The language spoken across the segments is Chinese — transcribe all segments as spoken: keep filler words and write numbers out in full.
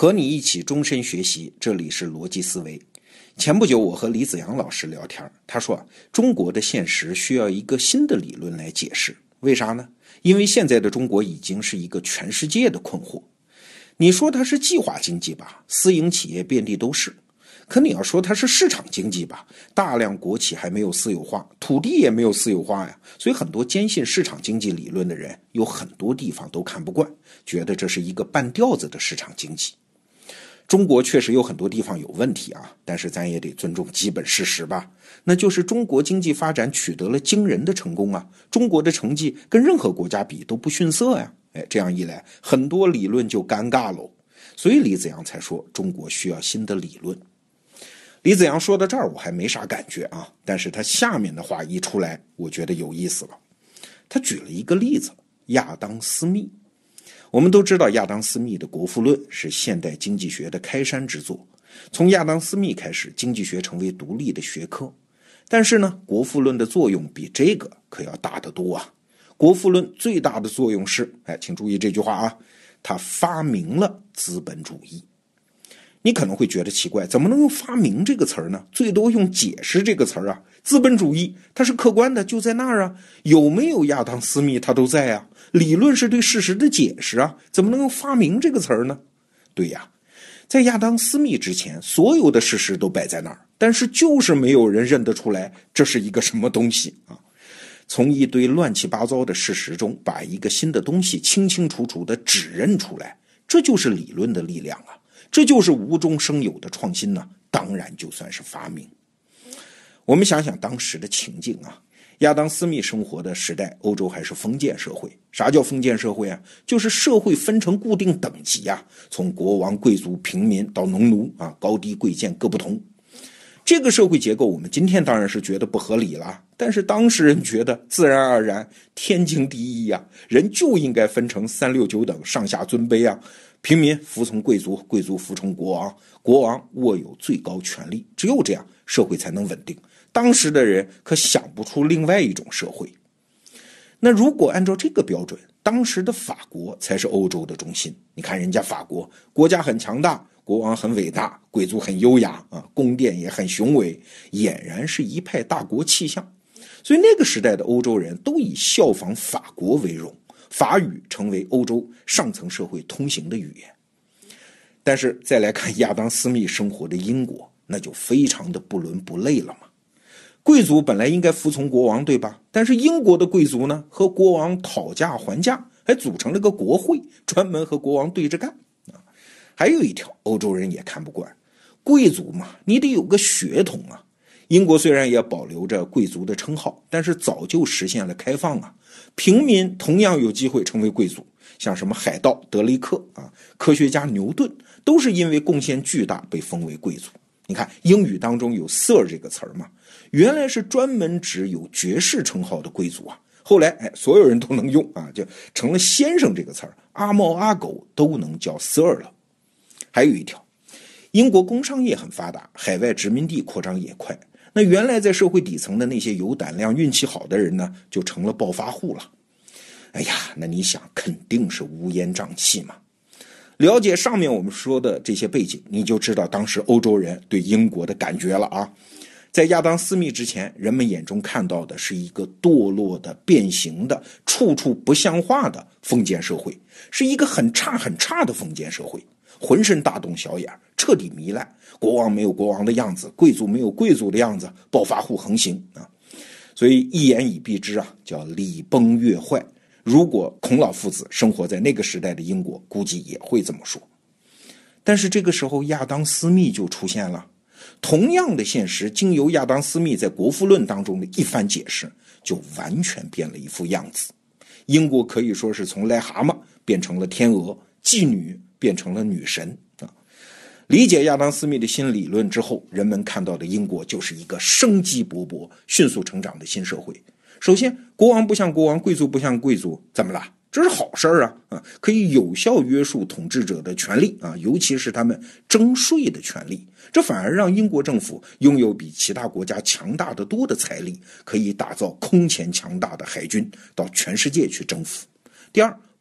和你一起终身学习，这里是逻辑思维。前不久我和李子阳老师聊天，他说啊，中国的现实需要一个新的理论来解释。为啥呢？因为现在的中国已经是一个全世界的困惑。你说它是计划经济吧，私营企业遍地都是。可你要说它是市场经济吧，大量国企还没有私有化，土地也没有私有化呀。所以很多坚信市场经济理论的人，有很多地方都看不惯，觉得这是一个半吊子的市场经济。中国确实有很多地方有问题啊，但是咱也得尊重基本事实吧。那就是中国经济发展取得了惊人的成功啊，中国的成绩跟任何国家比都不逊色呀。哎，这样一来，很多理论就尴尬喽。所以李子阳才说中国需要新的理论。李子阳说到这儿我还没啥感觉啊，但是他下面的话一出来，我觉得有意思了。他举了一个例子，亚当·斯密。我们都知道亚当·斯密的《国富论》是现代经济学的开山之作，从亚当·斯密开始，经济学成为独立的学科。但是呢，《国富论》的作用比这个可要大得多啊！《国富论》最大的作用是，哎，请注意这句话啊，它发明了资本主义。你可能会觉得奇怪，怎么能用发明这个词儿呢？最多用解释这个词儿啊。资本主义它是客观的，就在那儿啊，有没有亚当·斯密它都在啊。理论是对事实的解释啊，怎么能用发明这个词儿呢？对呀，在亚当·斯密之前，所有的事实都摆在那儿，但是就是没有人认得出来这是一个什么东西啊。从一堆乱七八糟的事实中，把一个新的东西清清楚楚地指认出来，这就是理论的力量啊，这就是无中生有的创新呢，当然就算是发明。我们想想当时的情境啊，亚当·斯密生活的时代，欧洲还是封建社会。啥叫封建社会啊？就是社会分成固定等级啊，从国王、贵族、平民到农奴啊，高低贵贱各不同。这个社会结构我们今天当然是觉得不合理了，但是当时人觉得自然而然，天经地义啊，人就应该分成三六九等，上下尊卑啊。平民服从贵族，贵族服从国王，国王握有最高权力，只有这样社会才能稳定。当时的人可想不出另外一种社会。那如果按照这个标准，当时的法国才是欧洲的中心。你看人家法国国家很强大，国王很伟大，贵族很优雅啊，宫殿也很雄伟，俨然是一派大国气象。所以那个时代的欧洲人都以效仿法国为荣，法语成为欧洲上层社会通行的语言。但是再来看亚当·斯密生活的英国，那就非常的不伦不类了嘛。贵族本来应该服从国王，对吧？但是英国的贵族呢，和国王讨价还价，还组成了个国会，专门和国王对着干啊。还有一条，欧洲人也看不惯，贵族嘛，你得有个血统啊。英国虽然也保留着贵族的称号，但是早就实现了开放啊，平民同样有机会成为贵族。像什么海盗德雷克啊，科学家牛顿，都是因为贡献巨大被封为贵族。你看英语当中有 Sir 这个词儿嘛，原来是专门指有爵士称号的贵族啊，后来哎，所有人都能用啊，就成了先生这个词儿，阿猫阿狗都能叫 Sir 了。还有一条，英国工商业很发达，海外殖民地扩张也快，那原来在社会底层的那些有胆量运气好的人呢，就成了暴发户了。哎呀，那你想肯定是乌烟瘴气嘛。了解上面我们说的这些背景，你就知道当时欧洲人对英国的感觉了啊。在亚当·斯密之前，人们眼中看到的是一个堕落的、变形的、处处不像话的封建社会，是一个很差很差的封建社会，浑身大洞小眼，彻底糜烂，国王没有国王的样子，贵族没有贵族的样子，暴发户横行啊。所以一言以蔽之啊，叫礼崩乐坏。如果孔老夫子生活在那个时代的英国，估计也会这么说。但是这个时候亚当·斯密就出现了，同样的现实经由亚当·斯密在《国富论》当中的一番解释，就完全变了一副样子。英国可以说是从癞蛤蟆变成了天鹅，妓女变成了女神啊！理解亚当·斯密的新理论之后，人们看到的英国就是一个生机勃勃、迅速成长的新社会。首先，国王不像国王，贵族不像贵族，怎么了？这是好事啊！啊，可以有效约束统治者的权利啊，尤其是他们征税的权利。这反而让英国政府拥有比其他国家强大得多的财力，可以打造空前强大的海军，到全世界去征服。第二，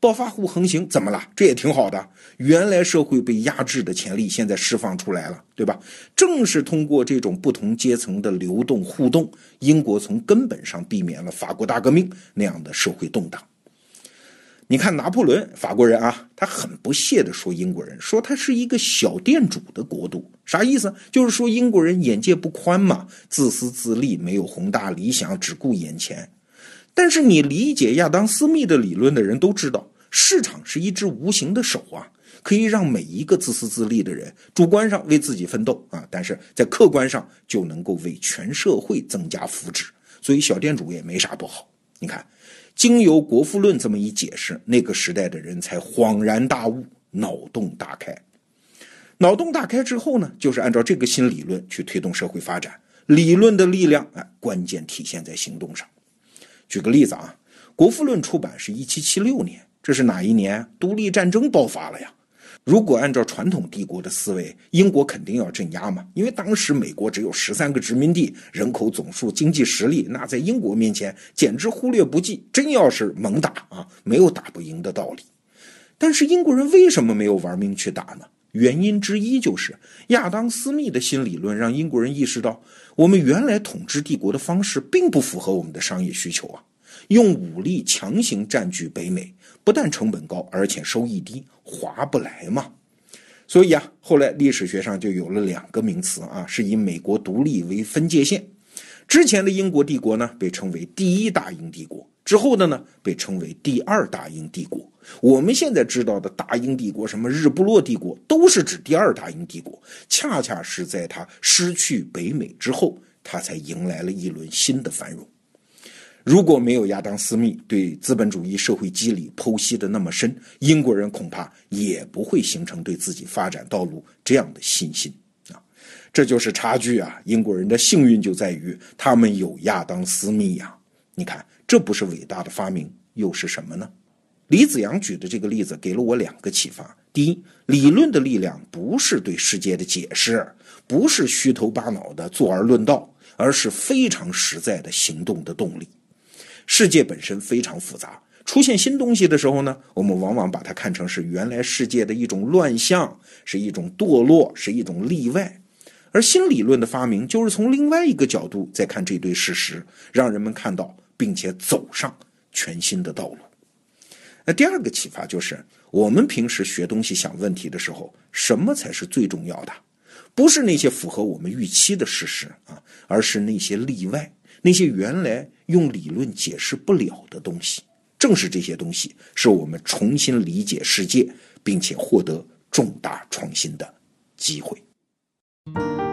暴发户横行，怎么了？这也挺好的。原来社会被压制的潜力现在释放出来了，对吧？正是通过这种不同阶层的流动互动，英国从根本上避免了法国大革命那样的社会动荡。你看拿破仑，法国人啊，他很不屑地说英国人，说他是一个小店主的国度。啥意思？就是说英国人眼界不宽嘛，自私自利，没有宏大理想，只顾眼前。但是你理解亚当·斯密的理论的人都知道，市场是一只无形的手啊，可以让每一个自私自利的人主观上为自己奋斗啊，但是在客观上就能够为全社会增加福祉，所以小店主也没啥不好。你看，经由国富论这么一解释，那个时代的人才恍然大悟，脑洞大开。脑洞大开之后呢，就是按照这个新理论去推动社会发展。理论的力量，哎，关键体现在行动上。举个例子啊，国富论出版是一七七六年，这是哪一年？独立战争爆发了呀。如果按照传统帝国的思维，英国肯定要镇压嘛，因为当时美国只有十三个殖民地，人口总数、经济实力，那在英国面前简直忽略不计，真要是猛打啊，没有打不赢的道理。但是英国人为什么没有玩命去打呢？原因之一就是亚当·斯密的新理论让英国人意识到，我们原来统治帝国的方式并不符合我们的商业需求啊，用武力强行占据北美，不但成本高，而且收益低，划不来嘛。所以啊，后来历史学上就有了两个名词啊，是以美国独立为分界线。之前的英国帝国呢，被称为第一大英帝国，之后的呢，被称为第二大英帝国。我们现在知道的大英帝国，什么日不落帝国，都是指第二大英帝国，恰恰是在它失去北美之后，它才迎来了一轮新的繁荣。如果没有亚当·斯密对资本主义社会机理剖析的那么深，英国人恐怕也不会形成对自己发展道路这样的信心啊。这就是差距啊！英国人的幸运就在于他们有亚当·斯密呀、啊。你看，这不是伟大的发明又是什么呢？李子阳举的这个例子给了我两个启发。第一，理论的力量不是对世界的解释，不是虚头巴脑的坐而论道，而是非常实在的行动的动力。世界本身非常复杂，出现新东西的时候呢，我们往往把它看成是原来世界的一种乱象，是一种堕落，是一种例外。而新理论的发明就是从另外一个角度再看这堆事实，让人们看到并且走上全新的道路。那第二个启发就是，我们平时学东西想问题的时候，什么才是最重要的？不是那些符合我们预期的事实啊，而是那些例外，那些原来用理论解释不了的东西。正是这些东西是我们重新理解世界并且获得重大创新的机会。